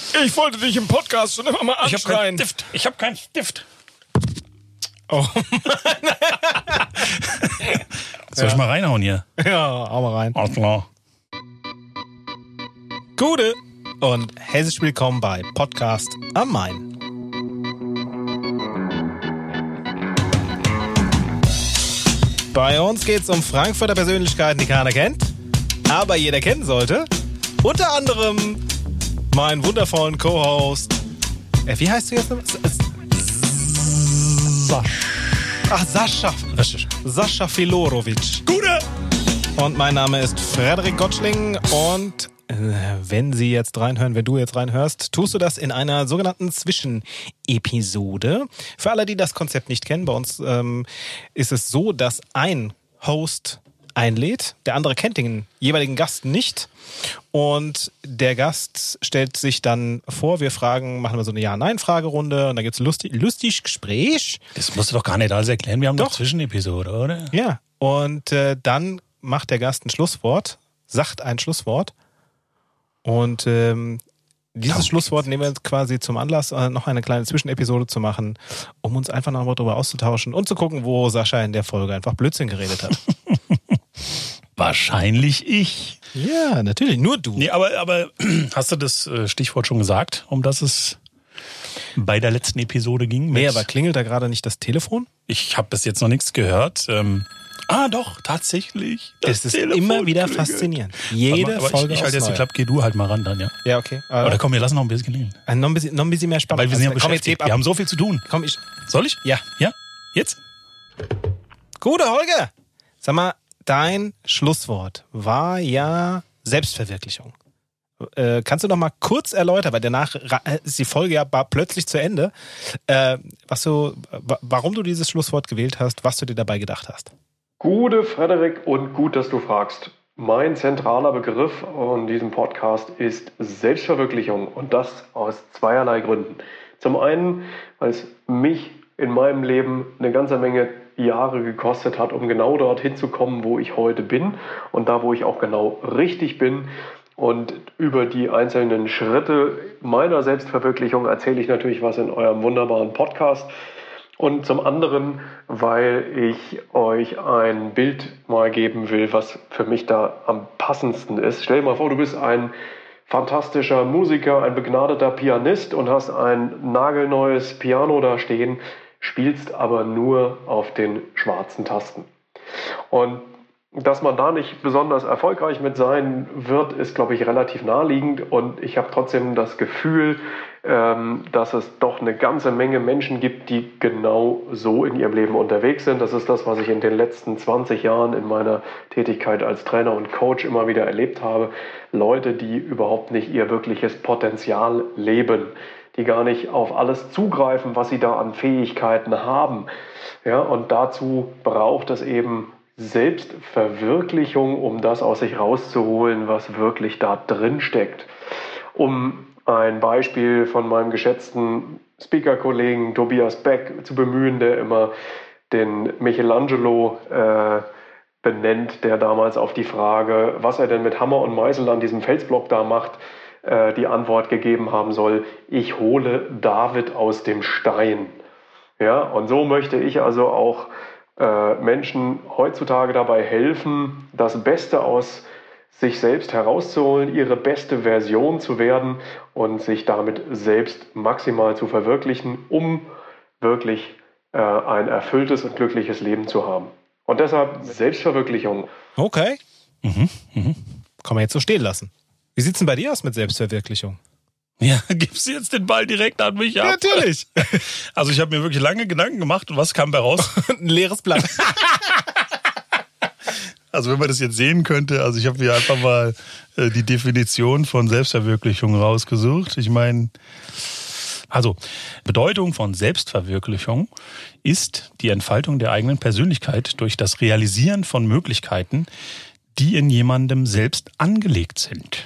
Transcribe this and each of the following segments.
Ich wollte dich im Podcast schon immer mal anschreien. Ich hab keinen Stift. Oh. Soll ich mal reinhauen hier? Ja, hau mal rein. Alles klar. Gute und herzlich willkommen bei Podcast am Main. Bei uns geht's um Frankfurter Persönlichkeiten, die keiner kennt, aber jeder kennen sollte. Unter anderem meinen wundervollen Co-Host. Wie heißt du jetzt noch? Sascha. Sascha Filorovic. Gute! Und mein Name ist Frederik Gottschling und wenn du jetzt reinhörst, tust du das in einer sogenannten Zwischenepisode. Für alle, die das Konzept nicht kennen, bei uns ist es so, dass ein Host einlädt, der andere kennt den jeweiligen Gast nicht und der Gast stellt sich dann vor, machen wir so eine Ja-Nein-Fragerunde und dann gibt es ein lustig Gespräch. Das musst du doch gar nicht alles erklären, wir haben doch Zwischenepisode, oder? Ja, und dann macht der Gast ein Schlusswort, sagt ein Schlusswort und dieses Schlusswort nehmen wir quasi zum Anlass, noch eine kleine Zwischenepisode zu machen, um uns einfach noch mal drüber auszutauschen und zu gucken, wo Sascha in der Folge einfach Blödsinn geredet hat. Wahrscheinlich ich. Ja, natürlich, nur du. Nee, aber hast du das Stichwort schon gesagt, um das es bei der letzten Episode ging? Nee, aber klingelt da gerade nicht das Telefon? Ich habe bis jetzt noch nichts gehört. Doch, tatsächlich. Das ist immer wieder faszinierend. Jede Folge Ich halte jetzt die Klappe, geh du halt mal ran dann, ja? Ja, okay. Oder komm, wir lassen noch ein bisschen klingeln. Noch ein bisschen mehr Spannung. Weil wir sind ja beschäftigt. Wir haben so viel zu tun. Komm, Soll ich? Ja. Ja? Jetzt? Gute Holger! Sag mal, dein Schlusswort war ja Selbstverwirklichung. Kannst du noch mal kurz erläutern, weil danach ist die Folge ja plötzlich zu Ende, warum du dieses Schlusswort gewählt hast, was du dir dabei gedacht hast? Gute Frederik und gut, dass du fragst. Mein zentraler Begriff in diesem Podcast ist Selbstverwirklichung und das aus zweierlei Gründen. Zum einen, weil es mich in meinem Leben eine ganze Menge Jahre gekostet hat, um genau dorthin zu kommen, wo ich heute bin und da, wo ich auch genau richtig bin. Und über die einzelnen Schritte meiner Selbstverwirklichung erzähle ich natürlich was in eurem wunderbaren Podcast. Und zum anderen, weil ich euch ein Bild mal geben will, was für mich da am passendsten ist. Stell dir mal vor, du bist ein fantastischer Musiker, ein begnadeter Pianist und hast ein nagelneues Piano da stehen, spielst aber nur auf den schwarzen Tasten. Und dass man da nicht besonders erfolgreich mit sein wird, ist, glaube ich, relativ naheliegend. Und ich habe trotzdem das Gefühl, dass es doch eine ganze Menge Menschen gibt, die genau so in ihrem Leben unterwegs sind. Das ist das, was ich in den letzten 20 Jahren in meiner Tätigkeit als Trainer und Coach immer wieder erlebt habe. Leute, die überhaupt nicht ihr wirkliches Potenzial leben, die gar nicht auf alles zugreifen, was sie da an Fähigkeiten haben. Ja, und dazu braucht es eben Selbstverwirklichung, um das aus sich rauszuholen, was wirklich da drin steckt. Um ein Beispiel von meinem geschätzten Speaker-Kollegen Tobias Beck zu bemühen, der immer den Michelangelo benennt, der damals auf die Frage, was er denn mit Hammer und Meißel an diesem Felsblock da macht, die Antwort gegeben haben soll: Ich hole David aus dem Stein. Ja, und so möchte ich also auch Menschen heutzutage dabei helfen, das Beste aus sich selbst herauszuholen, ihre beste Version zu werden und sich damit selbst maximal zu verwirklichen, um wirklich ein erfülltes und glückliches Leben zu haben. Und deshalb Selbstverwirklichung. Okay. Kann man jetzt so stehen lassen. Wie sieht's denn bei dir aus mit Selbstverwirklichung? Ja, gibst du jetzt den Ball direkt an mich ab? Natürlich. Also ich habe mir wirklich lange Gedanken gemacht und was kam bei raus? Ein leeres Blatt. Also wenn man das jetzt sehen könnte, also ich habe mir einfach mal die Definition von Selbstverwirklichung rausgesucht. Ich meine, also Bedeutung von Selbstverwirklichung ist die Entfaltung der eigenen Persönlichkeit durch das Realisieren von Möglichkeiten, die in jemandem selbst angelegt sind.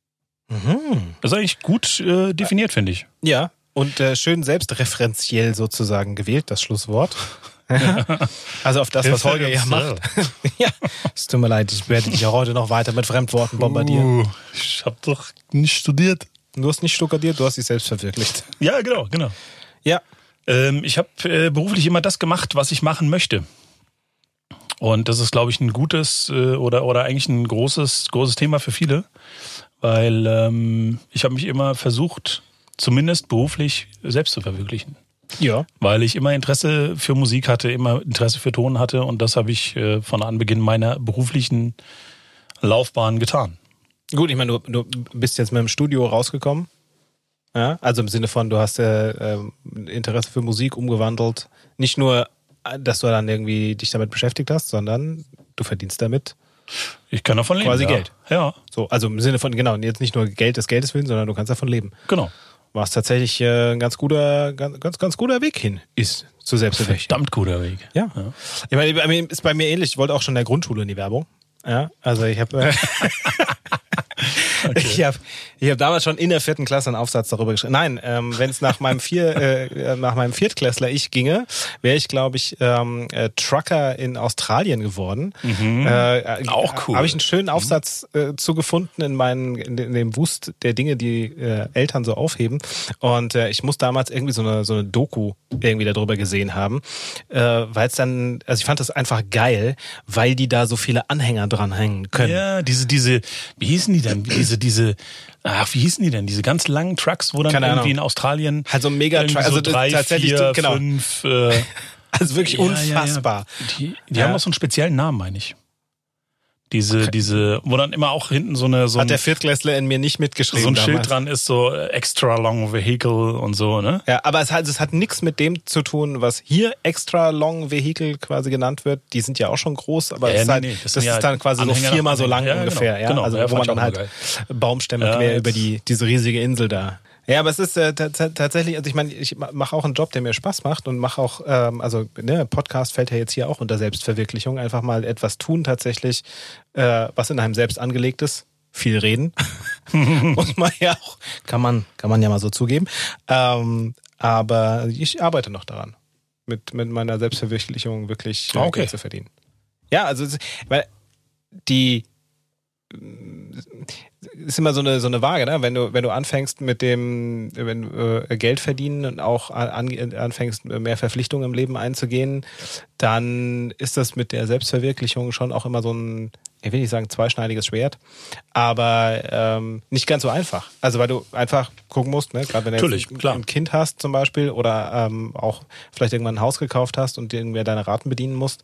Das ist eigentlich gut definiert, finde ich. Ja, und schön selbstreferenziell sozusagen gewählt, das Schlusswort. Also auf das, was Holger ja macht. Ja, es tut mir leid, ich werde dich ja heute noch weiter mit Fremdworten bombardieren. Ich habe doch nicht studiert. Du hast nicht stuckadiert, du hast dich selbst verwirklicht. Ja, genau. Ja. Ich habe beruflich immer das gemacht, was ich machen möchte. Und das ist, glaube ich, ein gutes oder eigentlich ein großes Thema für viele, weil ich habe mich immer versucht, zumindest beruflich selbst zu verwirklichen. Ja. Weil ich immer Interesse für Musik hatte, immer Interesse für Ton hatte und das habe ich von Anbeginn meiner beruflichen Laufbahn getan. Gut, ich meine, du bist jetzt mit dem Studio rausgekommen. Ja, also im Sinne von, du hast Interesse für Musik umgewandelt. Nicht nur, dass du dann irgendwie dich damit beschäftigt hast, sondern du verdienst damit Ich kann davon leben. quasi Geld. Ja. So, also im Sinne von, genau, jetzt nicht nur Geld des Geldes willen, sondern du kannst davon leben. Genau. Was tatsächlich ein ganz guter Weg hin ist zur Selbstverwirklichung. Verdammt guter Weg. Ja. Ich meine, ist bei mir ähnlich. Ich wollte auch schon in der Grundschule in die Werbung. Ja, also ich habe Ich hab damals schon in der 4. Klasse einen Aufsatz darüber geschrieben. Nein, wenn es nach meinem Viertklässler ich ginge, wäre ich, glaube ich, Trucker in Australien geworden. Auch cool. Habe ich einen schönen Aufsatz zugefunden in dem Wust der Dinge, die Eltern so aufheben. Und ich muss damals irgendwie so eine Doku irgendwie darüber gesehen haben, weil es dann, also ich fand das einfach geil, weil die da so viele Anhänger dranhängen können. Ja, diese, wie hießen die denn? Wie hießen die denn? Diese ganz langen Trucks, wo dann Keine irgendwie Ahnung. in Australien Halt so ein Mega-Truck, so also 3, tatsächlich, 4, genau. 5... Also wirklich unfassbar. Die haben doch so einen speziellen Namen, meine ich. Diese, wo dann immer auch hinten so Hat der Viertklässler in mir nicht mitgeschrieben. so ein damals. Schild dran ist, so extra long vehicle und so, ne? Ja, aber es hat nichts mit dem zu tun, was hier extra long vehicle quasi genannt wird. Die sind ja auch schon groß, aber es ist halt, das ist dann quasi so Anhänger 4-mal so lang ja, ungefähr. Genau. Also Ja, wo man fand ich dann auch halt geil. Baumstämme Ja, quer jetzt- über diese riesige Insel da. Ja, aber es ist tatsächlich, also ich meine, ich mache auch einen Job, der mir Spaß macht und mache auch, Podcast fällt ja jetzt hier auch unter Selbstverwirklichung. Einfach mal etwas tun tatsächlich, was in einem selbst angelegt ist. Viel reden. Muss man ja auch, kann man ja mal so zugeben. Aber ich arbeite noch daran, mit meiner Selbstverwirklichung wirklich Geld zu verdienen. Ja, also, weil ist immer so eine Waage, ne? Wenn du anfängst mit dem, Geld verdienen und auch anfängst, mehr Verpflichtungen im Leben einzugehen, dann ist das mit der Selbstverwirklichung schon auch immer so ein, ich will nicht sagen zweischneidiges Schwert, aber nicht ganz so einfach. Also weil du einfach gucken musst, ne? Gerade wenn du jetzt ein Kind hast zum Beispiel oder auch vielleicht irgendwann ein Haus gekauft hast und dir irgendwer deine Raten bedienen musst,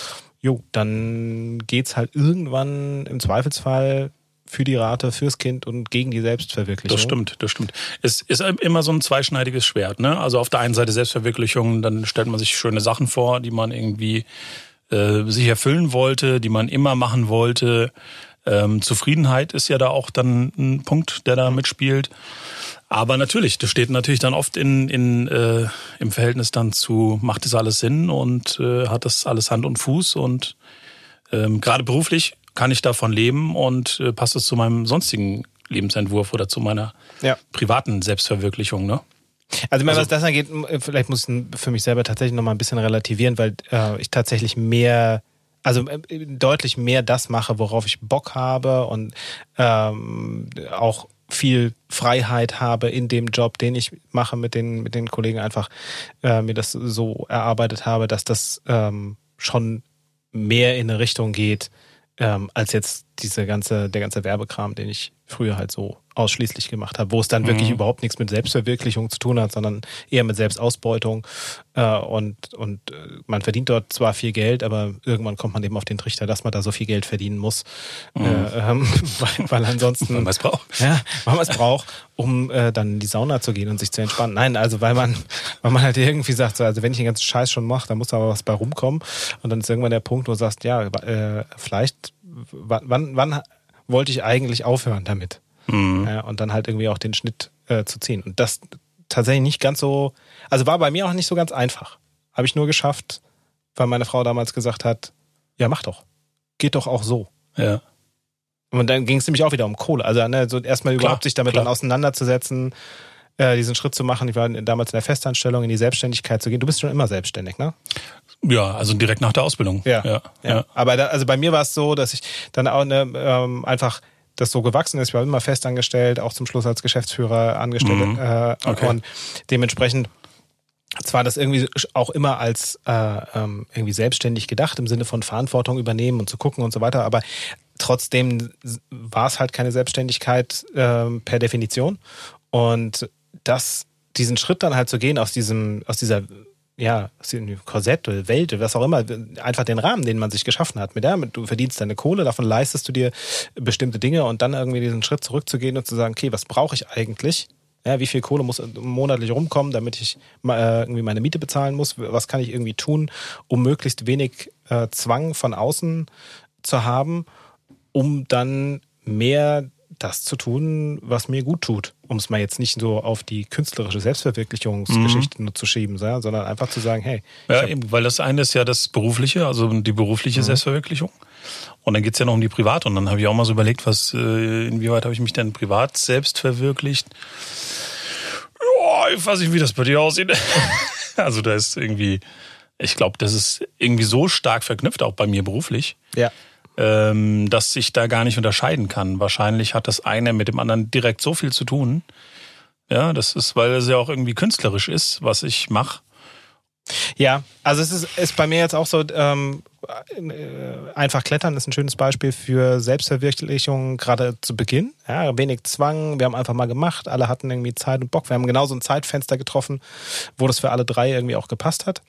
dann geht's halt irgendwann im Zweifelsfall für die Rate, fürs Kind und gegen die Selbstverwirklichung. Das stimmt. Es ist immer so ein zweischneidiges Schwert, ne? Also auf der einen Seite Selbstverwirklichung, dann stellt man sich schöne Sachen vor, die man irgendwie sich erfüllen wollte, die man immer machen wollte. Zufriedenheit ist ja da auch dann ein Punkt, der da mitspielt. Aber natürlich, das steht natürlich dann oft im Verhältnis dann zu, macht das alles Sinn und hat das alles Hand und Fuß und gerade beruflich kann ich davon leben und passt es zu meinem sonstigen Lebensentwurf oder zu meiner privaten Selbstverwirklichung, ne? Also, was das angeht, vielleicht muss ich für mich selber tatsächlich noch mal ein bisschen relativieren, weil ich tatsächlich deutlich mehr das mache, worauf ich Bock habe und auch viel Freiheit habe in dem Job, den ich mache mit den Kollegen, einfach mir das so erarbeitet habe, dass das schon mehr in eine Richtung geht, als jetzt der ganze Werbekram, den ich früher halt so ausschließlich gemacht habe, wo es dann wirklich überhaupt nichts mit Selbstverwirklichung zu tun hat, sondern eher mit Selbstausbeutung und man verdient dort zwar viel Geld, aber irgendwann kommt man eben auf den Trichter, dass man da so viel Geld verdienen muss, weil ansonsten... Weil man es braucht. Ja, weil man es braucht, um dann in die Sauna zu gehen und sich zu entspannen. Nein, also weil man halt irgendwie sagt, so, also wenn ich den ganzen Scheiß schon mache, dann muss da aber was bei rumkommen und dann ist irgendwann der Punkt, wo du sagst, ja, vielleicht, wann wollte ich eigentlich aufhören damit? Und dann halt irgendwie auch den Schnitt zu ziehen. Und das tatsächlich nicht ganz so, also war bei mir auch nicht so ganz einfach. Habe ich nur geschafft, weil meine Frau damals gesagt hat, ja, mach doch. Geht doch auch so. Ja. Und dann ging es nämlich auch wieder um Kohle. Also so erstmal überhaupt sich damit dann auseinanderzusetzen, diesen Schritt zu machen. Ich war damals in der Festanstellung, in die Selbstständigkeit zu gehen. Du bist schon immer selbstständig, ne? Ja, also direkt nach der Ausbildung. Ja. Aber also bei mir war es so, dass ich dann auch einfach das so gewachsen ist. Ich war immer festangestellt, auch zum Schluss als Geschäftsführer angestellt. Okay. Und dementsprechend zwar das irgendwie auch immer als irgendwie selbstständig gedacht, im Sinne von Verantwortung übernehmen und zu gucken und so weiter, aber trotzdem war es halt keine Selbstständigkeit per Definition. Und diesen Schritt dann halt zu gehen aus diesem Korsett oder Welt oder was auch immer, einfach den Rahmen, den man sich geschaffen hat. Du verdienst deine Kohle, davon leistest du dir bestimmte Dinge und dann irgendwie diesen Schritt zurückzugehen und zu sagen, okay, was brauche ich eigentlich? Ja, wie viel Kohle muss monatlich rumkommen, damit ich irgendwie meine Miete bezahlen muss? Was kann ich irgendwie tun, um möglichst wenig Zwang von außen zu haben, um dann mehr das zu tun, was mir gut tut. Um es mal jetzt nicht so auf die künstlerische Selbstverwirklichungsgeschichte nur zu schieben, sondern einfach zu sagen, hey. Ja, eben, weil das eine ist ja das Berufliche, also die berufliche Selbstverwirklichung. Und dann geht's ja noch um die private. Und dann habe ich auch mal so überlegt, inwieweit habe ich mich denn privat selbst verwirklicht? Ja, ich weiß nicht, wie das bei dir aussieht. Also da ist irgendwie, ich glaube, das ist irgendwie so stark verknüpft, auch bei mir beruflich. Ja. Dass ich da gar nicht unterscheiden kann. Wahrscheinlich hat das eine mit dem anderen direkt so viel zu tun. Ja, das ist, weil es ja auch irgendwie künstlerisch ist, was ich mache. Ja, also es ist bei mir jetzt auch so, einfach klettern ist ein schönes Beispiel für Selbstverwirklichung, gerade zu Beginn. Ja, wenig Zwang, wir haben einfach mal gemacht, alle hatten irgendwie Zeit und Bock. Wir haben genauso ein Zeitfenster getroffen, wo das für alle drei irgendwie auch gepasst hat.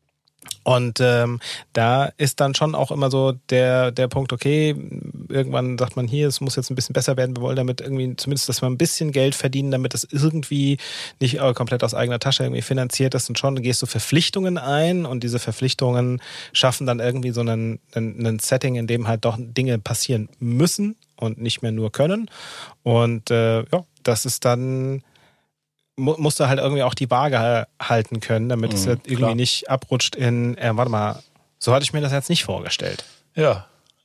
Und da ist dann schon auch immer so der Punkt, okay, irgendwann sagt man hier, es muss jetzt ein bisschen besser werden, wir wollen damit irgendwie zumindest, dass wir ein bisschen Geld verdienen, damit es irgendwie nicht komplett aus eigener Tasche irgendwie finanziert ist, und schon gehst du Verpflichtungen ein und diese Verpflichtungen schaffen dann irgendwie so einen Setting, in dem halt doch Dinge passieren müssen und nicht mehr nur können. Und das ist dann, musst du halt irgendwie auch die Waage halten können, damit es halt irgendwie nicht abrutscht in, warte mal, so hatte ich mir das jetzt nicht vorgestellt. Ja,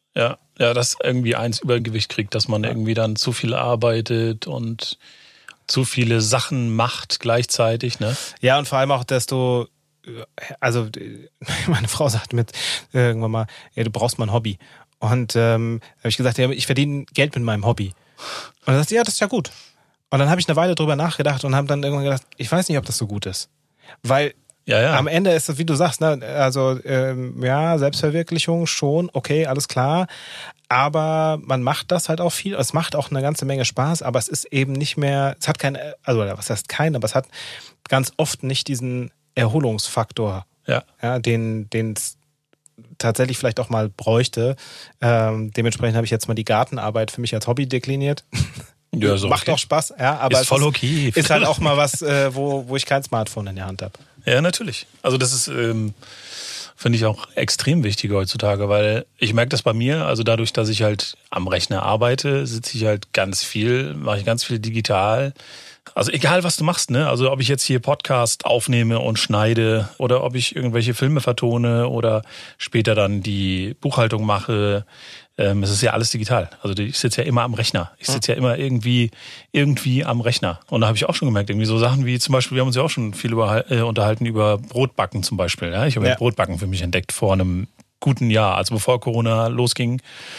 dass irgendwie eins Übergewicht kriegt, dass man irgendwie dann zu viel arbeitet und zu viele Sachen macht gleichzeitig, ne? Ja, und vor allem auch, dass du, also meine Frau sagte mir irgendwann mal, ja, du brauchst mal ein Hobby. Und habe ich gesagt, ja, ich verdiene Geld mit meinem Hobby. Und dann sagte, ja, das ist ja gut. Und dann habe ich eine Weile drüber nachgedacht und habe dann irgendwann gedacht, ich weiß nicht, ob das so gut ist. Weil am Ende ist es, wie du sagst, ne, also Selbstverwirklichung schon, okay, alles klar. Aber man macht das halt auch viel. Es macht auch eine ganze Menge Spaß, aber es ist eben nicht mehr, es hat aber es hat ganz oft nicht diesen Erholungsfaktor, den es tatsächlich vielleicht auch mal bräuchte. Dementsprechend habe ich jetzt mal die Gartenarbeit für mich als Hobby dekliniert. Ja, so macht auch Spaß, aber ist voll okay. Ist halt auch mal was, wo ich kein Smartphone in der Hand habe. Ja, natürlich. Also das ist, finde ich auch extrem wichtig heutzutage, weil ich merke das bei mir, also dadurch, dass ich halt am Rechner arbeite, sitze ich halt mache ich ganz viel digital. Also egal, was du machst, ne? Also ob ich jetzt hier Podcast aufnehme und schneide oder ob ich irgendwelche Filme vertone oder später dann die Buchhaltung mache. Es ist ja alles digital. Also ich sitze ja immer am Rechner. Ich sitze ja immer irgendwie am Rechner. Und da habe ich auch schon gemerkt, irgendwie so Sachen wie zum Beispiel, wir haben uns ja auch schon viel unterhalten über Brotbacken zum Beispiel. Ja? Ich habe ja Brotbacken für mich entdeckt vor einem guten Jahr, also bevor Corona losging.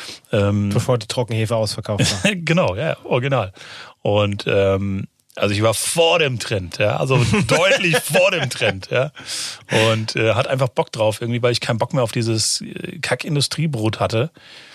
Bevor die Trockenhefe ausverkauft war. Genau, ja, original. Und also ich war vor dem Trend, ja, also deutlich vor dem Trend, ja, und hat einfach Bock drauf irgendwie, weil ich keinen Bock mehr auf dieses Kack-Industriebrot hatte,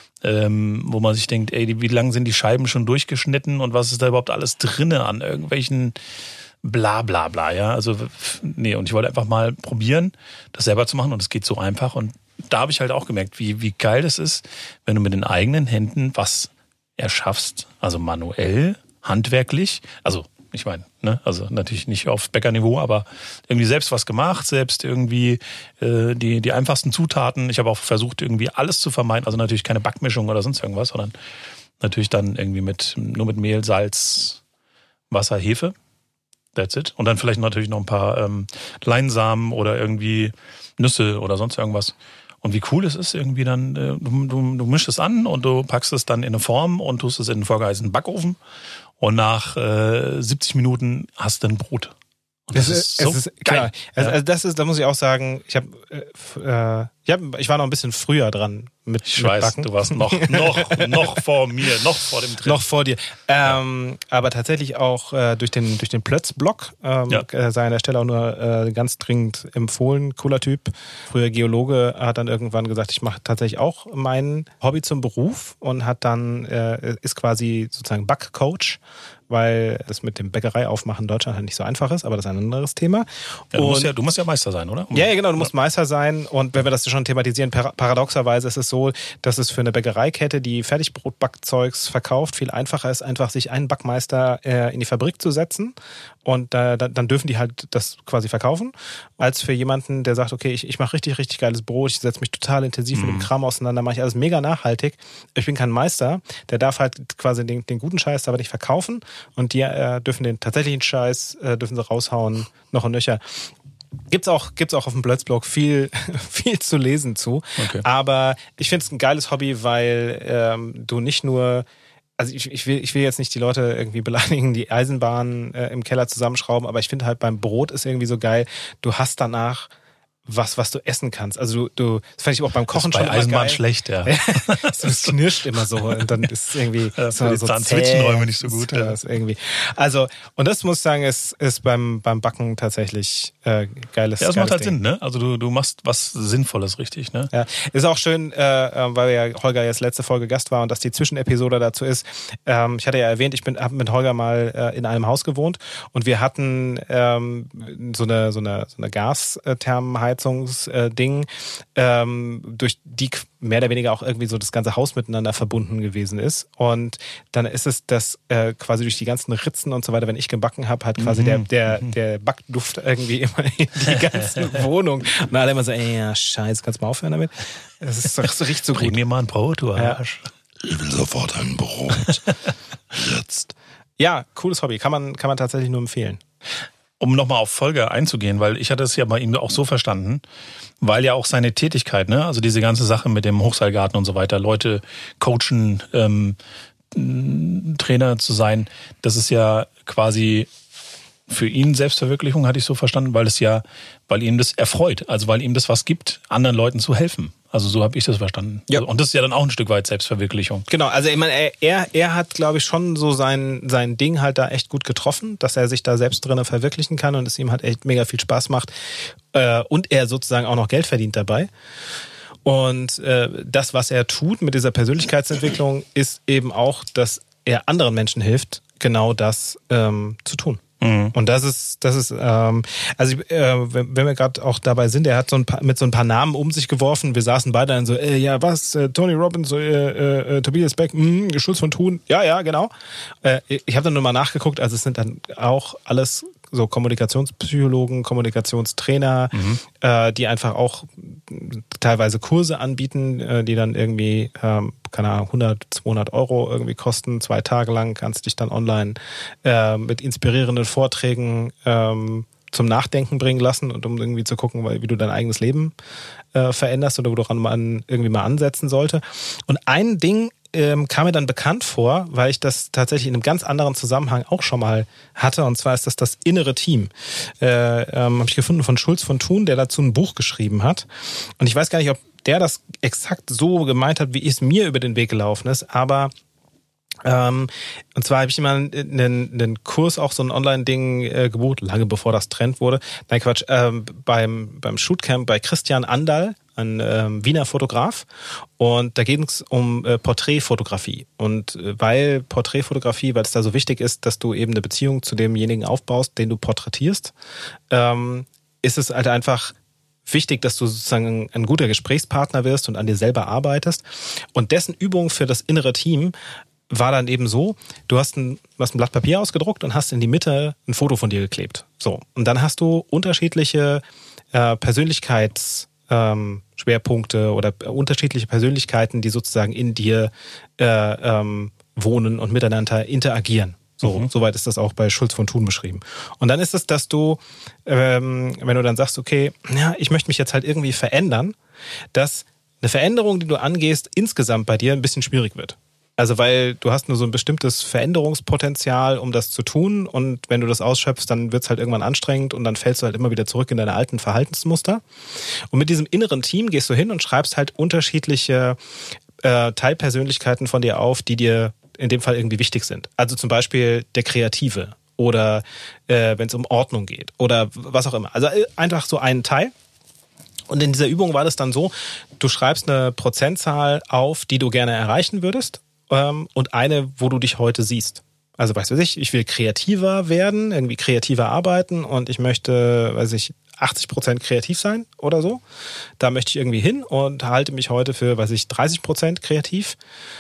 wo man sich denkt, ey, wie lang sind die Scheiben schon durchgeschnitten und was ist da überhaupt alles drinne an irgendwelchen bla bla bla, ja, also nee, und ich wollte einfach mal probieren, das selber zu machen und es geht so einfach und da habe ich halt auch gemerkt, wie geil das ist, wenn du mit den eigenen Händen was erschaffst, also manuell, handwerklich, also ich meine, ne, also natürlich nicht auf Bäckerniveau, aber irgendwie selbst was gemacht, selbst irgendwie die einfachsten Zutaten. Ich habe auch versucht, irgendwie alles zu vermeiden, also natürlich keine Backmischung oder sonst irgendwas, sondern natürlich dann irgendwie nur mit Mehl, Salz, Wasser, Hefe. That's it. Und dann vielleicht natürlich noch ein paar Leinsamen oder irgendwie Nüsse oder sonst irgendwas. Und wie cool es ist irgendwie dann, du mischst es an und du packst es dann in eine Form und tust es in einen vorgeheizten Backofen. Und nach 70 Minuten hast du ein Brot. Das ist so geil. Also da muss ich auch sagen, ich war noch ein bisschen früher dran mit Backen. Du warst noch vor mir, noch vor dem Trend. Noch vor dir. Aber tatsächlich auch durch den Plötz-Blog sei an der Stelle auch nur ganz dringend empfohlen. Cooler Typ. Früher Geologe, hat dann irgendwann gesagt, ich mache tatsächlich auch mein Hobby zum Beruf und hat dann ist quasi sozusagen Backcoach, weil das mit dem Bäckerei aufmachen in Deutschland halt nicht so einfach ist, aber das ist ein anderes Thema. Ja, du musst ja Meister sein, oder? Ja, genau, du musst Meister sein. Und wenn wir das schon thematisieren, paradoxerweise ist es so, dass es für eine Bäckereikette, die Fertigbrotbackzeugs verkauft, viel einfacher ist, einfach sich einen Backmeister in die Fabrik zu setzen und dann dürfen die halt das quasi verkaufen, als für jemanden, der sagt, okay, ich mache richtig, richtig geiles Brot, ich setze mich total intensiv mit dem Kram auseinander, mache ich alles mega nachhaltig. Ich bin kein Meister, der darf halt quasi den guten Scheiß aber nicht verkaufen und die dürfen den tatsächlichen Scheiß, dürfen sie raushauen, noch und nöcher. Gibt's auch auf dem Plötz-Blog viel zu lesen zu. Okay. Aber ich finde es ein geiles Hobby, weil du nicht nur, also ich will jetzt nicht die Leute irgendwie beleidigen, die Eisenbahn im Keller zusammenschrauben, aber ich finde halt beim Brot ist irgendwie so geil, du hast danach was du essen kannst. Also das fand ich auch beim Kochen schon bei Eisenbahn geil. Schlecht, ja. Es knirscht immer so und dann ist es irgendwie für die Zahnzwischenräume nicht so gut. Ja. Ist irgendwie. Also, und das muss ich sagen, ist beim Backen tatsächlich geiles. Ja, das macht halt Ding. Sinn, ne? Also du machst was Sinnvolles, richtig, ne? Ja, ist auch schön, weil ja Holger jetzt letzte Folge Gast war und dass die Zwischenepisode dazu ist. Ich hatte ja erwähnt, ich habe mit Holger mal in einem Haus gewohnt und wir hatten so eine Gasthermenheizungsding, durch die mehr oder weniger auch irgendwie so das ganze Haus miteinander verbunden gewesen ist. Und dann ist es das quasi durch die ganzen Ritzen und so weiter, wenn ich gebacken habe, halt quasi der Backduft irgendwie immer in die ganze Wohnung. Und alle immer so, ey, ja, scheiße, kannst du mal aufhören damit? Das riecht so gut. Bring mir mal ein Brot, du Arsch. Ich will sofort ein Brot. Jetzt. Ja, cooles Hobby. Kann man tatsächlich nur empfehlen. Um nochmal auf Folge einzugehen, weil ich hatte es ja bei ihm auch so verstanden, weil ja auch seine Tätigkeit, ne, also diese ganze Sache mit dem Hochseilgarten und so weiter, Leute coachen, Trainer zu sein, das ist ja quasi für ihn Selbstverwirklichung, hatte ich so verstanden, weil ihm das erfreut, also weil ihm das was gibt, anderen Leuten zu helfen. Also so habe ich das verstanden. Ja. Und das ist ja dann auch ein Stück weit Selbstverwirklichung. Genau, also ich meine, er hat, glaube ich, schon so sein Ding halt da echt gut getroffen, dass er sich da selbst drin verwirklichen kann und es ihm halt echt mega viel Spaß macht und er sozusagen auch noch Geld verdient dabei. Und das, was er tut mit dieser Persönlichkeitsentwicklung, ist eben auch, dass er anderen Menschen hilft, genau das zu tun. Und das ist, wenn wir gerade auch dabei sind, er hat mit so ein paar Namen um sich geworfen. Wir saßen beide dann so, Tony Robbins, Tobias Beck, Schulz von Thun, ja, genau. Ich habe dann nur mal nachgeguckt, also es sind dann auch alles so Kommunikationspsychologen, Kommunikationstrainer, die einfach auch teilweise Kurse anbieten, die dann irgendwie, keine Ahnung, 100, 200 Euro irgendwie kosten, 2 Tage lang, kannst dich dann online mit inspirierenden Vorträgen zum Nachdenken bringen lassen und um irgendwie zu gucken, wie du dein eigenes Leben veränderst oder woran man irgendwie mal ansetzen sollte. Und ein Ding kam mir dann bekannt vor, weil ich das tatsächlich in einem ganz anderen Zusammenhang auch schon mal hatte, und zwar ist das innere Team. Habe ich gefunden von Schulz von Thun, der dazu ein Buch geschrieben hat. Und ich weiß gar nicht, ob der das exakt so gemeint hat, wie es mir über den Weg gelaufen ist, aber und zwar habe ich immer einen Kurs, auch so ein Online-Ding gebucht, lange bevor das Trend wurde. Nein, Quatsch, beim Shootcamp bei Christian Andal, ein Wiener Fotograf, und da geht es um Porträtfotografie. Und weil es da so wichtig ist, dass du eben eine Beziehung zu demjenigen aufbaust, den du porträtierst, ist es halt einfach wichtig, dass du sozusagen ein guter Gesprächspartner wirst und an dir selber arbeitest. Und dessen Übung für das innere Team war dann eben so, du hast ein Blatt Papier ausgedruckt und hast in die Mitte ein Foto von dir geklebt. So. Und dann hast du unterschiedliche Persönlichkeitsschwerpunkte oder unterschiedliche Persönlichkeiten, die sozusagen in dir wohnen und miteinander interagieren. So, soweit ist das auch bei Schulz von Thun beschrieben. Und dann ist es, dass du, wenn du dann sagst, okay, ja, ich möchte mich jetzt halt irgendwie verändern, dass eine Veränderung, die du angehst, insgesamt bei dir ein bisschen schwierig wird. Also weil du hast nur so ein bestimmtes Veränderungspotenzial, um das zu tun, und wenn du das ausschöpfst, dann wird es halt irgendwann anstrengend und dann fällst du halt immer wieder zurück in deine alten Verhaltensmuster. Und mit diesem inneren Team gehst du hin und schreibst halt unterschiedliche Teilpersönlichkeiten von dir auf, die dir in dem Fall irgendwie wichtig sind. Also zum Beispiel der Kreative oder wenn es um Ordnung geht oder was auch immer. Also einfach so einen Teil. Und in dieser Übung war das dann so, du schreibst eine Prozentzahl auf, die du gerne erreichen würdest, und eine, wo du dich heute siehst. Also weiß ich will kreativer werden, irgendwie kreativer arbeiten und ich möchte, 80% kreativ sein oder so. Da möchte ich irgendwie hin und halte mich heute für, 30% kreativ.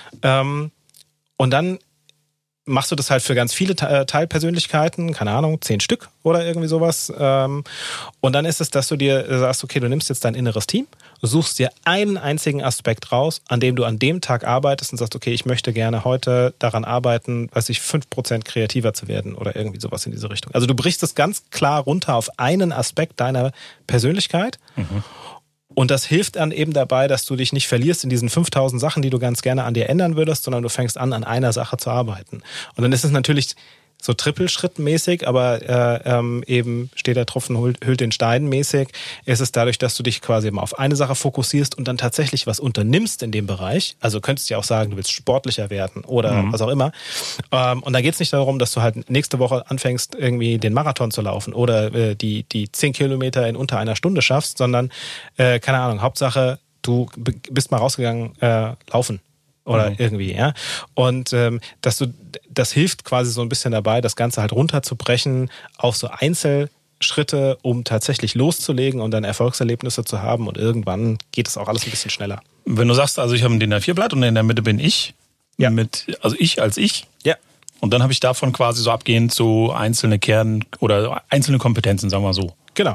Und dann machst du das halt für ganz viele Teilpersönlichkeiten, keine Ahnung, 10 Stück oder irgendwie sowas. Und dann ist es, dass du dir sagst, okay, du nimmst jetzt dein inneres Team, suchst dir einen einzigen Aspekt raus, an dem du an dem Tag arbeitest und sagst, okay, ich möchte gerne heute daran arbeiten, 5% kreativer zu werden oder irgendwie sowas in diese Richtung. Also du brichst es ganz klar runter auf einen Aspekt deiner Persönlichkeit. Mhm. Und das hilft dann eben dabei, dass du dich nicht verlierst in diesen 5000 Sachen, die du ganz gerne an dir ändern würdest, sondern du fängst an einer Sache zu arbeiten. Und dann ist es natürlich so Trippelschrittmäßig, aber eben steht der Tropfen hüllt den Stein mäßig, ist es dadurch, dass du dich quasi immer auf eine Sache fokussierst und dann tatsächlich was unternimmst in dem Bereich. Also könntest du ja auch sagen, du willst sportlicher werden oder was auch immer. Und da geht es nicht darum, dass du halt nächste Woche anfängst, irgendwie den Marathon zu laufen oder die 10 Kilometer in unter einer Stunde schaffst, sondern, keine Ahnung, Hauptsache, du bist mal rausgegangen, laufen. Oder irgendwie, ja. Und das hilft quasi so ein bisschen dabei, das Ganze halt runterzubrechen auf so Einzelschritte, um tatsächlich loszulegen und dann Erfolgserlebnisse zu haben. Und irgendwann geht es auch alles ein bisschen schneller. Wenn du sagst, also ich habe ein DIN A4-Blatt und in der Mitte bin ich, also ich als ich. Ja. Und dann habe ich davon quasi so abgehend so einzelne oder einzelne Kompetenzen, sagen wir so. Genau.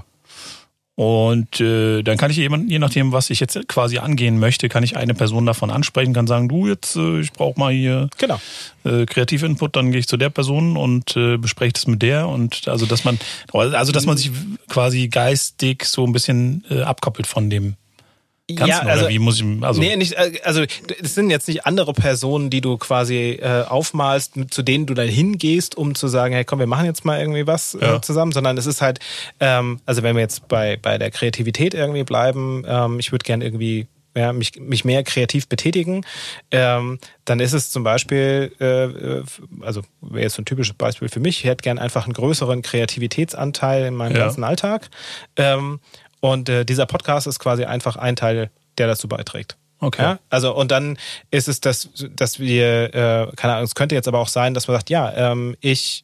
Und dann kann ich je nachdem, was ich jetzt quasi angehen möchte, kann ich eine Person davon ansprechen, kann sagen, du jetzt, ich brauche mal hier Kreativinput, dann gehe ich zu der Person und bespreche das mit der und dass man sich quasi geistig so ein bisschen abkoppelt von dem Ganzen, oder wie muss ich, Nee, nicht, also es sind jetzt nicht andere Personen, die du quasi aufmalst, zu denen du dann hingehst, um zu sagen, hey komm, wir machen jetzt mal irgendwie was zusammen, sondern es ist halt, also wenn wir jetzt bei der Kreativität irgendwie bleiben, ich würde gerne irgendwie mich mehr kreativ betätigen, dann ist es zum Beispiel, also wäre jetzt so ein typisches Beispiel für mich, ich hätte gerne einfach einen größeren Kreativitätsanteil in meinem ganzen Alltag. Und dieser Podcast ist quasi einfach ein Teil, der dazu beiträgt. Okay. Ja? Also und dann ist es, dass wir, keine Ahnung, es könnte jetzt aber auch sein, dass man sagt, ich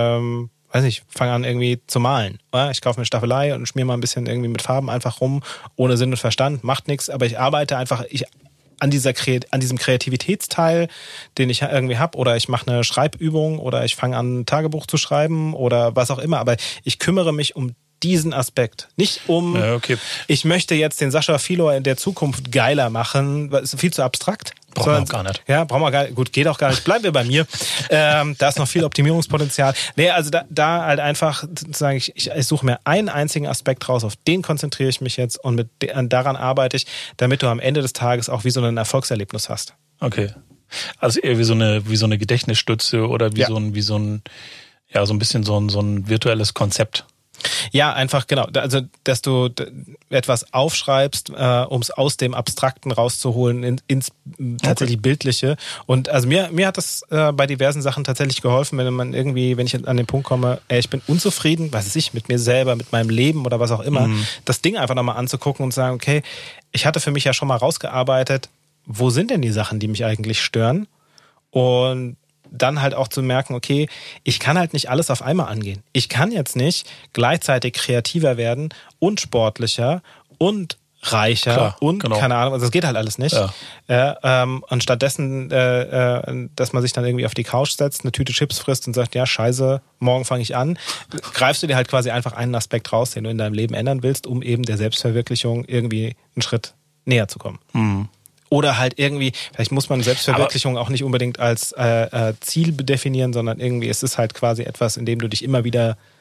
fange an irgendwie zu malen. Oder? Ich kaufe mir Staffelei und schmier mal ein bisschen irgendwie mit Farben einfach rum, ohne Sinn und Verstand, macht nichts, aber ich arbeite einfach, an diesem Kreativitätsteil, den ich irgendwie habe, oder ich mache eine Schreibübung oder ich fange an, ein Tagebuch zu schreiben oder was auch immer, aber ich kümmere mich um diesen Aspekt. Nicht ich möchte jetzt den Sascha Filor in der Zukunft geiler machen, das ist viel zu abstrakt. Brauchen wir auch gar nicht. Ja, brauchen wir gar nicht. Gut, geht auch gar nicht. Bleiben wir bei mir. Da ist noch viel Optimierungspotenzial. Nee, also da halt einfach zu sagen, ich suche mir einen einzigen Aspekt raus, auf den konzentriere ich mich jetzt und daran arbeite ich, damit du am Ende des Tages auch wie so ein Erfolgserlebnis hast. Okay. Also eher wie so eine Gedächtnisstütze oder so ein bisschen so ein virtuelles Konzept. Ja, einfach genau. Also, dass du etwas aufschreibst, um es aus dem Abstrakten rauszuholen ins tatsächlich Bildliche. Und also mir hat das bei diversen Sachen tatsächlich geholfen, wenn ich an den Punkt komme, ich bin unzufrieden, mit mir selber, mit meinem Leben oder was auch immer, das Ding einfach nochmal anzugucken und sagen, okay, ich hatte für mich ja schon mal rausgearbeitet, wo sind denn die Sachen, die mich eigentlich stören? Und dann halt auch zu merken, okay, ich kann halt nicht alles auf einmal angehen. Ich kann jetzt nicht gleichzeitig kreativer werden und sportlicher und reicher keine Ahnung, also das geht halt alles nicht. Ja. Und stattdessen, dass man sich dann irgendwie auf die Couch setzt, eine Tüte Chips frisst und sagt, ja scheiße, morgen fange ich an, greifst du dir halt quasi einfach einen Aspekt raus, den du in deinem Leben ändern willst, um eben der Selbstverwirklichung irgendwie einen Schritt näher zu kommen. Mhm. Oder halt irgendwie, vielleicht muss man Selbstverwirklichung auch nicht unbedingt als Ziel definieren, sondern irgendwie ist es halt quasi etwas, in dem du dich immer wieder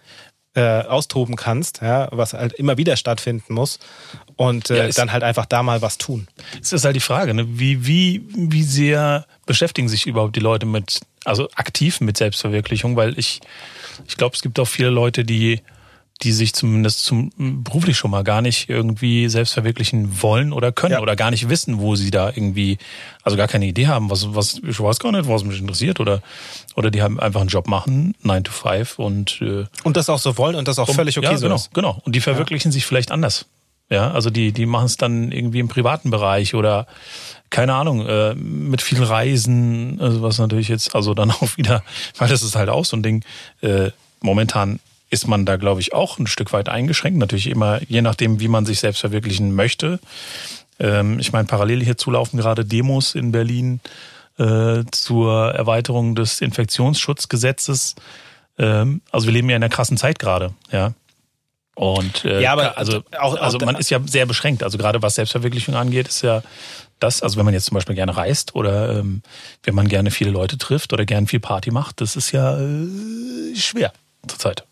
austoben kannst, ja, was halt immer wieder stattfinden muss und dann halt einfach da mal was tun. Es ist halt die Frage, ne? Wie sehr beschäftigen sich überhaupt die Leute also aktiv mit Selbstverwirklichung, weil ich glaube, es gibt auch viele Leute, die sich zumindest beruflich schon mal gar nicht irgendwie selbst verwirklichen wollen oder können oder gar nicht wissen, wo sie da irgendwie, also gar keine Idee haben, was ich weiß gar nicht, was mich interessiert oder die haben einfach einen Job machen, 9 to 5 und das auch so wollen und das auch völlig okay so ist. Genau. Und die verwirklichen sich vielleicht anders. Ja, also die machen es dann irgendwie im privaten Bereich oder keine Ahnung, mit viel Reisen, also was natürlich jetzt, also dann auch wieder, weil das ist halt auch so ein Ding, momentan ist man da, glaube ich, auch ein Stück weit eingeschränkt. Natürlich immer, je nachdem, wie man sich selbst verwirklichen möchte. Ich meine, parallel hierzu laufen gerade Demos in Berlin zur Erweiterung des Infektionsschutzgesetzes. Also wir leben ja in einer krassen Zeit gerade, ja. Und aber also man ist ja sehr beschränkt. Also gerade was Selbstverwirklichung angeht, ist ja das, also wenn man jetzt zum Beispiel gerne reist oder wenn man gerne viele Leute trifft oder gerne viel Party macht, das ist ja schwer zurzeit.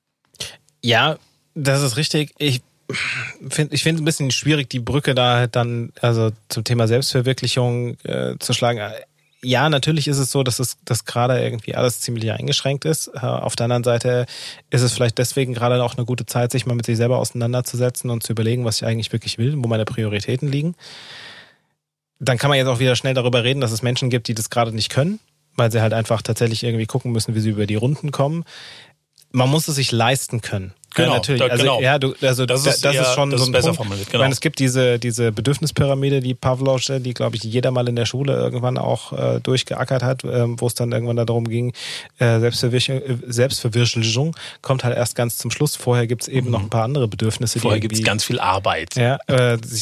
Ja, das ist richtig. Ich finde es ein bisschen schwierig, die Brücke da dann also zum Thema Selbstverwirklichung zu schlagen. Ja, natürlich ist es so, dass gerade irgendwie alles ziemlich eingeschränkt ist. Auf der anderen Seite ist es vielleicht deswegen gerade auch eine gute Zeit, sich mal mit sich selber auseinanderzusetzen und zu überlegen, was ich eigentlich wirklich will, wo meine Prioritäten liegen. Dann kann man jetzt auch wieder schnell darüber reden, dass es Menschen gibt, die das gerade nicht können, weil sie halt einfach tatsächlich irgendwie gucken müssen, wie sie über die Runden kommen. Man muss es sich leisten können. Genau, ja, natürlich. genau. Ja, das ist schon so ein besser Punkt. Formuliert. Genau. Ich meine, es gibt diese Bedürfnispyramide, die Pavlovsche, die, glaube ich, jeder mal in der Schule irgendwann auch durchgeackert hat, wo es dann irgendwann darum ging, Selbstverwirklichung kommt halt erst ganz zum Schluss. Vorher gibt es eben noch ein paar andere Bedürfnisse. Vorher gibt es ganz viel Arbeit. Ja, sich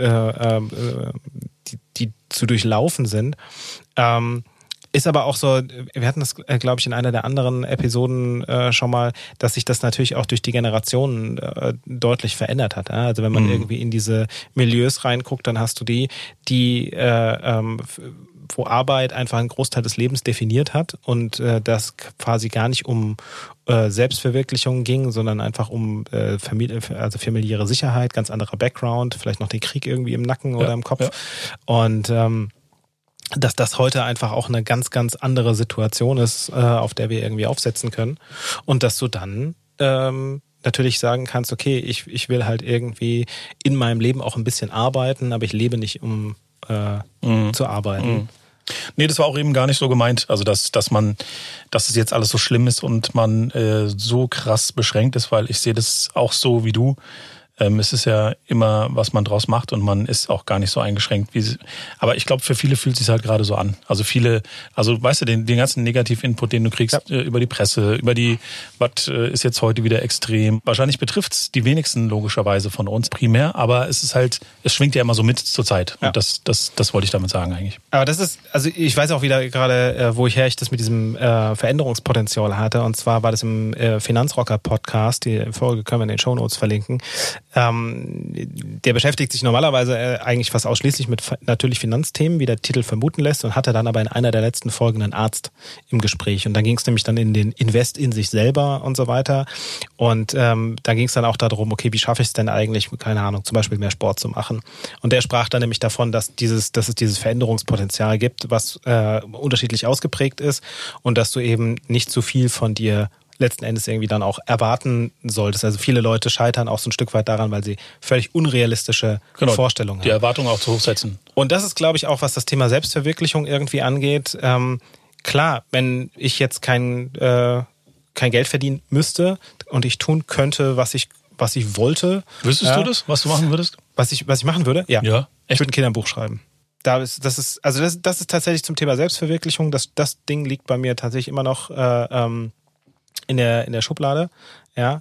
die zu durchlaufen sind. Ist aber auch so, wir hatten das, glaube ich, in einer der anderen Episoden schon mal, dass sich das natürlich auch durch die Generationen deutlich verändert hat. Also wenn man irgendwie in diese Milieus reinguckt, dann hast du die wo Arbeit einfach einen Großteil des Lebens definiert hat und das quasi gar nicht um Selbstverwirklichung ging, sondern einfach um familiäre Sicherheit, ganz anderer Background, vielleicht noch den Krieg irgendwie im Nacken oder im Kopf. Ja. Und dass das heute einfach auch eine ganz, ganz andere Situation ist, auf der wir irgendwie aufsetzen können. Und dass du dann natürlich sagen kannst, okay, ich will halt irgendwie in meinem Leben auch ein bisschen arbeiten, aber ich lebe nicht, um zu arbeiten. Nee, das war auch eben gar nicht so gemeint. Also, dass es jetzt alles so schlimm ist und man so krass beschränkt ist, weil ich sehe das auch so wie du. Es ist ja immer, was man draus macht und man ist auch gar nicht so eingeschränkt. Aber ich glaube, für viele fühlt es sich halt gerade so an. Also weißt du, den ganzen Negativ-Input, den du kriegst über die Presse, was ist jetzt heute wieder extrem. Wahrscheinlich betrifft es die wenigsten logischerweise von uns primär, aber es schwingt ja immer so mit zur Zeit. Ja. Und das wollte ich damit sagen eigentlich. Aber das ist, also ich weiß auch wieder gerade, woher ich das mit diesem Veränderungspotenzial hatte. Und zwar war das im Finanzrocker-Podcast, die Folge können wir in den Shownotes verlinken. Der beschäftigt sich normalerweise eigentlich fast ausschließlich mit natürlich Finanzthemen, wie der Titel vermuten lässt, und hatte dann aber in einer der letzten Folgen einen Arzt im Gespräch. Und dann ging es nämlich dann in den Invest in sich selber und so weiter. Und da ging es dann auch darum, okay, wie schaffe ich es denn eigentlich, keine Ahnung, zum Beispiel mehr Sport zu machen. Und der sprach dann nämlich davon, dass es dieses Veränderungspotenzial gibt, was unterschiedlich ausgeprägt ist und dass du eben nicht zu viel von dir letzten Endes irgendwie dann auch erwarten solltest. Also viele Leute scheitern auch so ein Stück weit daran, weil sie völlig unrealistische Vorstellungen haben. Die Erwartungen auch zu hoch setzen. Und das ist, glaube ich, auch, was das Thema Selbstverwirklichung irgendwie angeht. Klar, wenn ich jetzt kein Geld verdienen müsste und ich tun könnte, was ich wollte. Wüsstest du das, was du machen würdest? Was ich machen würde? Ja. Ja, ich würde ein Kinderbuch schreiben. Das ist tatsächlich zum Thema Selbstverwirklichung. Das Ding liegt bei mir tatsächlich immer noch in der Schublade, ja,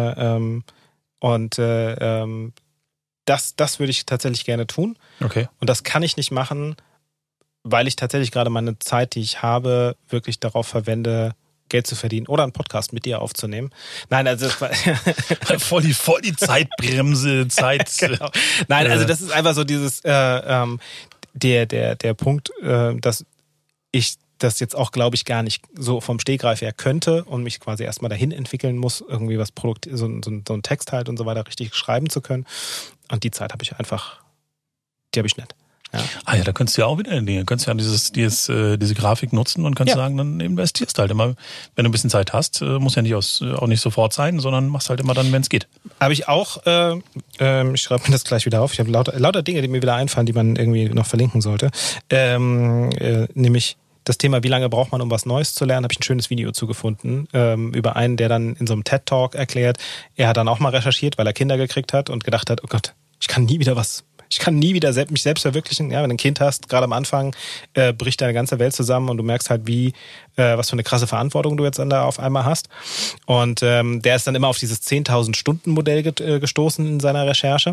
das würde ich tatsächlich gerne tun. Okay. Und das kann ich nicht machen, weil ich tatsächlich gerade meine Zeit, die ich habe, wirklich darauf verwende, Geld zu verdienen oder einen Podcast mit dir aufzunehmen. Nein, also das war voll die Zeitbremse, Genau. Nein, also das ist einfach so dieses der Punkt, dass ich das jetzt auch, glaube ich, gar nicht so vom Stegreif her könnte und mich quasi erstmal dahin entwickeln muss, irgendwie was so ein Text halt und so weiter richtig schreiben zu können. Und die Zeit habe ich einfach, die habe ich nicht. Ja. Ah ja, da könntest du ja auch wieder Dinge, könntest ja diese Grafik nutzen und kannst sagen, dann investierst halt immer, wenn du ein bisschen Zeit hast, muss ja auch nicht sofort sein, sondern machst halt immer dann, wenn es geht. Habe ich auch, ich schreibe mir das gleich wieder auf, ich habe lauter Dinge, die mir wieder einfallen, die man irgendwie noch verlinken sollte, nämlich das Thema, wie lange braucht man, um was Neues zu lernen, habe ich ein schönes Video zugefunden, über einen, der dann in so einem TED-Talk erklärt, er hat dann auch mal recherchiert, weil er Kinder gekriegt hat und gedacht hat, oh Gott, ich kann nie wieder mich selbst verwirklichen. Ja, wenn du ein Kind hast, gerade am Anfang, bricht deine ganze Welt zusammen und du merkst halt, was für eine krasse Verantwortung du jetzt da auf einmal hast. Und der ist dann immer auf dieses 10.000 Stunden Modell gestoßen in seiner Recherche.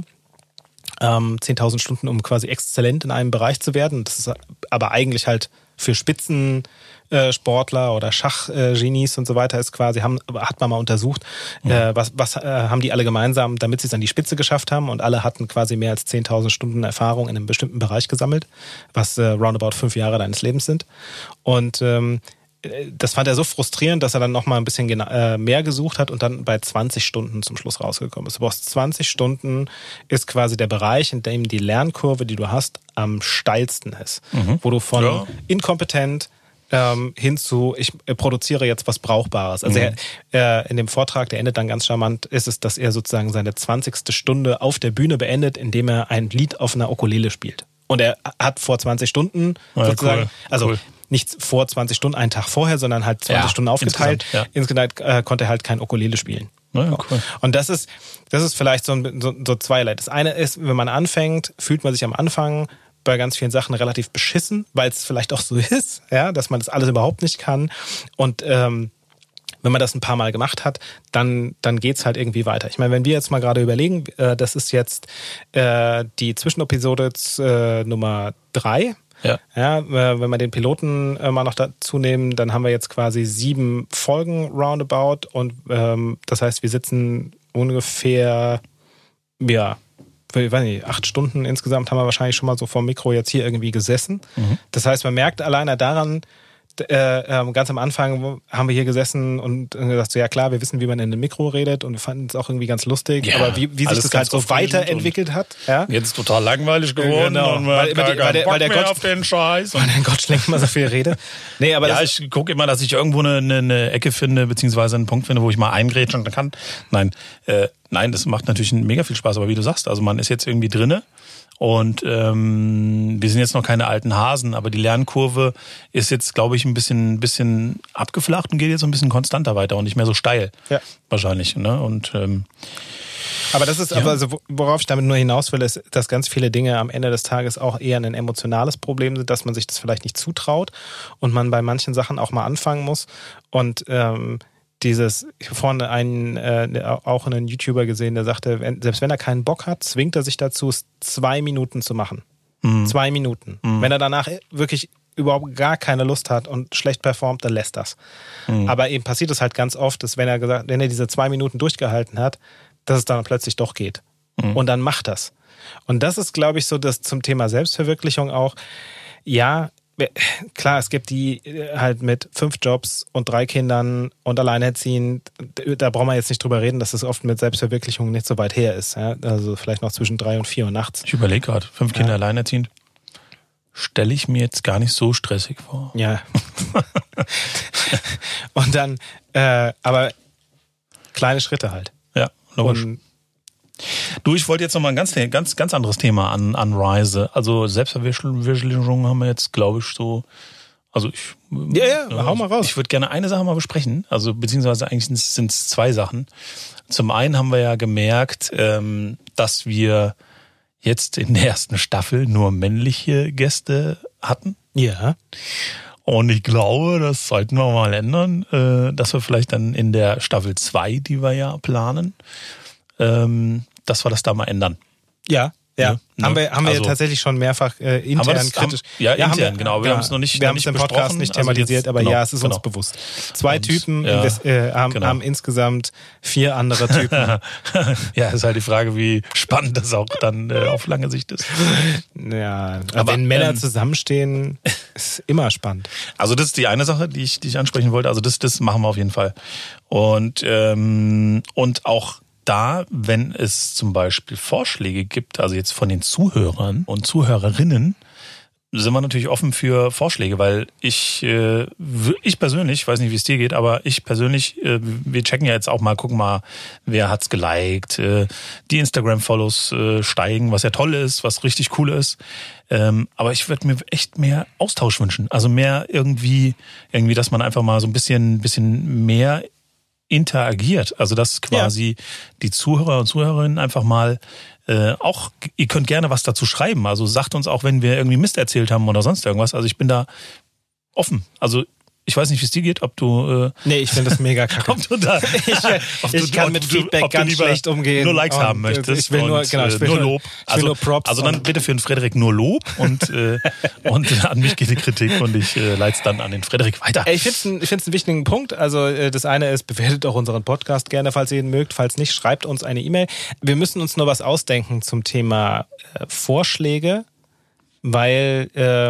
10.000 Stunden, um quasi exzellent in einem Bereich zu werden. Das ist aber eigentlich halt für Spitzensportler oder Schachgenies und so weiter ist quasi, hat man mal untersucht, was haben die alle gemeinsam, damit sie es an die Spitze geschafft haben, und alle hatten quasi mehr als 10.000 Stunden Erfahrung in einem bestimmten Bereich gesammelt, was roundabout 5 Jahre deines Lebens sind. Und das fand er so frustrierend, dass er dann nochmal ein bisschen mehr gesucht hat und dann bei 20 Stunden zum Schluss rausgekommen ist. Du brauchst 20 Stunden, ist quasi der Bereich, in dem die Lernkurve, die du hast, am steilsten ist. Wo du von inkompetent hin zu, ich produziere jetzt was Brauchbares. Also er, in dem Vortrag, der endet dann ganz charmant, ist es, dass er sozusagen seine 20. Stunde auf der Bühne beendet, indem er ein Lied auf einer Ukulele spielt. Und er hat vor 20 Stunden sozusagen, nicht vor 20 Stunden, einen Tag vorher, sondern halt 20 Stunden aufgeteilt. Insgesamt konnte er halt kein Ukulele spielen. Ja, cool. Und das ist vielleicht so zweierlei. Das eine ist, wenn man anfängt, fühlt man sich am Anfang bei ganz vielen Sachen relativ beschissen, weil es vielleicht auch so ist, ja, dass man das alles überhaupt nicht kann. Und wenn man das ein paar Mal gemacht hat, dann geht's halt irgendwie weiter. Ich meine, wenn wir jetzt mal gerade überlegen, das ist jetzt die Zwischenepisode Nummer 3. Ja, wenn wir den Piloten mal noch dazu nehmen, dann haben wir jetzt quasi 7 Folgen roundabout und das heißt, wir sitzen ungefähr, ich weiß nicht, 8 Stunden insgesamt haben wir wahrscheinlich schon mal so vor dem Mikro jetzt hier irgendwie gesessen. Das heißt, man merkt alleine daran, ganz am Anfang haben wir hier gesessen und gesagt, so, ja klar, wir wissen, wie man in einem Mikro redet und wir fanden es auch irgendwie ganz lustig, aber wie sich das halt so weiterentwickelt hat. Ja? Jetzt ist total langweilig geworden. Genau. Und weil der Gott auf den Scheiß. Weil der Gott schlägt immer so viel Rede. Nee, aber ich gucke immer, dass ich irgendwo eine Ecke finde, beziehungsweise einen Punkt finde, wo ich mal eingrätschen kann. Nein, das macht natürlich mega viel Spaß, aber wie du sagst, also man ist jetzt irgendwie drinne. Und wir sind jetzt noch keine alten Hasen, aber die Lernkurve ist jetzt, glaube ich, ein bisschen abgeflacht und geht jetzt so ein bisschen konstanter weiter und nicht mehr so steil. Ja. Wahrscheinlich. Ne? Und aber das ist, also worauf ich damit nur hinaus will, ist, dass ganz viele Dinge am Ende des Tages auch eher ein emotionales Problem sind, dass man sich das vielleicht nicht zutraut und man bei manchen Sachen auch mal anfangen muss. Und ich habe vorhin auch einen YouTuber gesehen, der sagte, selbst wenn er keinen Bock hat, zwingt er sich dazu, es 2 Minuten zu machen. 2 Minuten. Wenn er danach wirklich überhaupt gar keine Lust hat und schlecht performt, dann lässt das. Aber eben passiert es halt ganz oft, dass wenn er diese 2 Minuten durchgehalten hat, dass es dann plötzlich doch geht. Und dann macht das. Und das ist, glaube ich, so das zum Thema Selbstverwirklichung auch. Ja, klar, es gibt die halt mit 5 Jobs und 3 Kindern und alleinerziehend. Da brauchen wir jetzt nicht drüber reden, dass das oft mit Selbstverwirklichung nicht so weit her ist. Ja? Also vielleicht noch zwischen 3 und 4 Uhr nachts. Ich überlege gerade, 5 Kinder alleinerziehend. Stelle ich mir jetzt gar nicht so stressig vor. Ja. Und dann, aber kleine Schritte halt. Ja, logisch. Du, ich wollte jetzt noch mal ein ganz anderes Thema anreise. Also Selbstverwirklichung haben wir jetzt, glaube ich, so. Also hau mal raus. Ich würde gerne eine Sache mal besprechen. Also beziehungsweise eigentlich sind es 2 Sachen. Zum einen haben wir ja gemerkt, dass wir jetzt in der ersten Staffel nur männliche Gäste hatten. Ja. Und ich glaube, das sollten wir mal ändern, dass wir vielleicht dann in der Staffel 2, die wir ja planen, dass wir das da mal ändern. Ja, Ja, Ne? haben wir tatsächlich schon mehrfach intern kritisch. Intern, genau. Wir haben es noch nicht Wir haben es im Podcast nicht thematisiert, aber ja, es ist uns bewusst. Zwei Typen haben insgesamt 4 andere Typen. Ja, ist halt die Frage, wie spannend das auch dann auf lange Sicht ist. Ja, aber wenn Männer zusammenstehen, ist immer spannend. Also das ist die eine Sache, die ich ansprechen wollte. Also das machen wir auf jeden Fall. Und auch da, wenn es zum Beispiel Vorschläge gibt, also jetzt von den Zuhörern und Zuhörerinnen, sind wir natürlich offen für Vorschläge, weil ich persönlich, weiß nicht, wie es dir geht, aber ich persönlich, wir checken ja jetzt auch mal, gucken mal, wer hat's geliked, die Instagram-Follows steigen, was ja toll ist, was richtig cool ist. Aber ich würde mir echt mehr Austausch wünschen, also mehr irgendwie, dass man einfach mal so ein bisschen mehr interagiert, also dass quasi die Zuhörer und Zuhörerinnen einfach mal auch, ihr könnt gerne was dazu schreiben, also sagt uns auch, wenn wir irgendwie Mist erzählt haben oder sonst irgendwas, also ich bin da offen, also ich weiß nicht, wie es dir geht, ob du... Nee, ich finde das mega kacke. Ob du da, ich kann mit Feedback ganz schlecht umgehen. Nur Likes haben möchtest. Ich will nur, nur Lob. Ich will nur Props. Also dann bitte für den Frederik nur Lob und an mich geht die Kritik und ich leite es dann an den Frederik weiter. Ich finde es einen wichtigen Punkt. Also das eine ist, bewertet auch unseren Podcast gerne, falls ihr ihn mögt. Falls nicht, schreibt uns eine E-Mail. Wir müssen uns nur was ausdenken zum Thema Vorschläge, weil...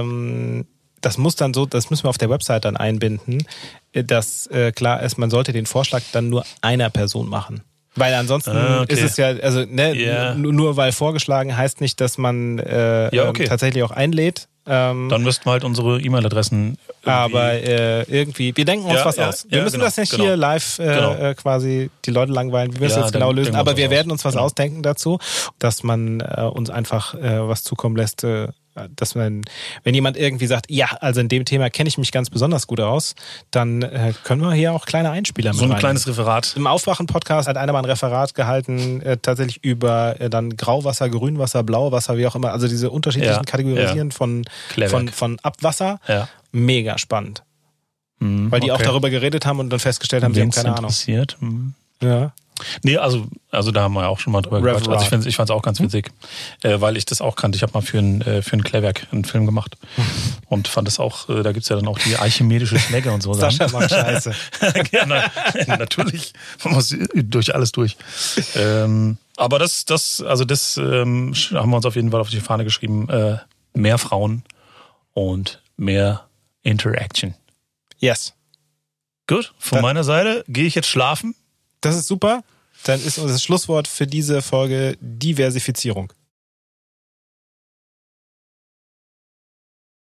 das müssen wir auf der Website dann einbinden, dass klar ist, man sollte den Vorschlag dann nur einer Person machen. Weil ansonsten ist es ja, also nur weil vorgeschlagen heißt nicht, dass man tatsächlich auch einlädt. Dann müssten wir halt unsere E-Mail-Adressen aber irgendwie, wir denken uns was aus. Wir müssen das nicht hier live quasi die Leute langweilen, wie wir es jetzt genau lösen. Aber wir werden uns was ausdenken dazu, dass man uns einfach was zukommen lässt, dass man, wenn jemand irgendwie sagt, ja, also in dem Thema kenne ich mich ganz besonders gut aus, dann können wir hier auch kleine Einspieler mit so ein rein. Kleines Referat. Im Aufwachen-Podcast hat einer mal ein Referat gehalten, tatsächlich über dann Grauwasser, Grünwasser, Blauwasser, wie auch immer, also diese unterschiedlichen Kategorisieren von Abwasser. Ja. Mega spannend. Weil die auch darüber geredet haben und dann festgestellt haben, sie haben keine Ahnung. Ja. Nee, also da haben wir auch schon mal drüber gequatscht. Also ich fand es auch ganz witzig, weil ich das auch kannte. Ich habe mal für ein Klärwerk einen Film gemacht und fand es auch, da gibt's ja dann auch die archimedische Schnecke und so. Sascha macht Scheiße. Natürlich, man muss durch alles durch. Aber das haben wir uns auf jeden Fall auf die Fahne geschrieben, mehr Frauen und mehr Interaction. Yes. Gut, von meiner Seite gehe ich jetzt schlafen. Das ist super. Dann ist unser Schlusswort für diese Folge Diversifizierung.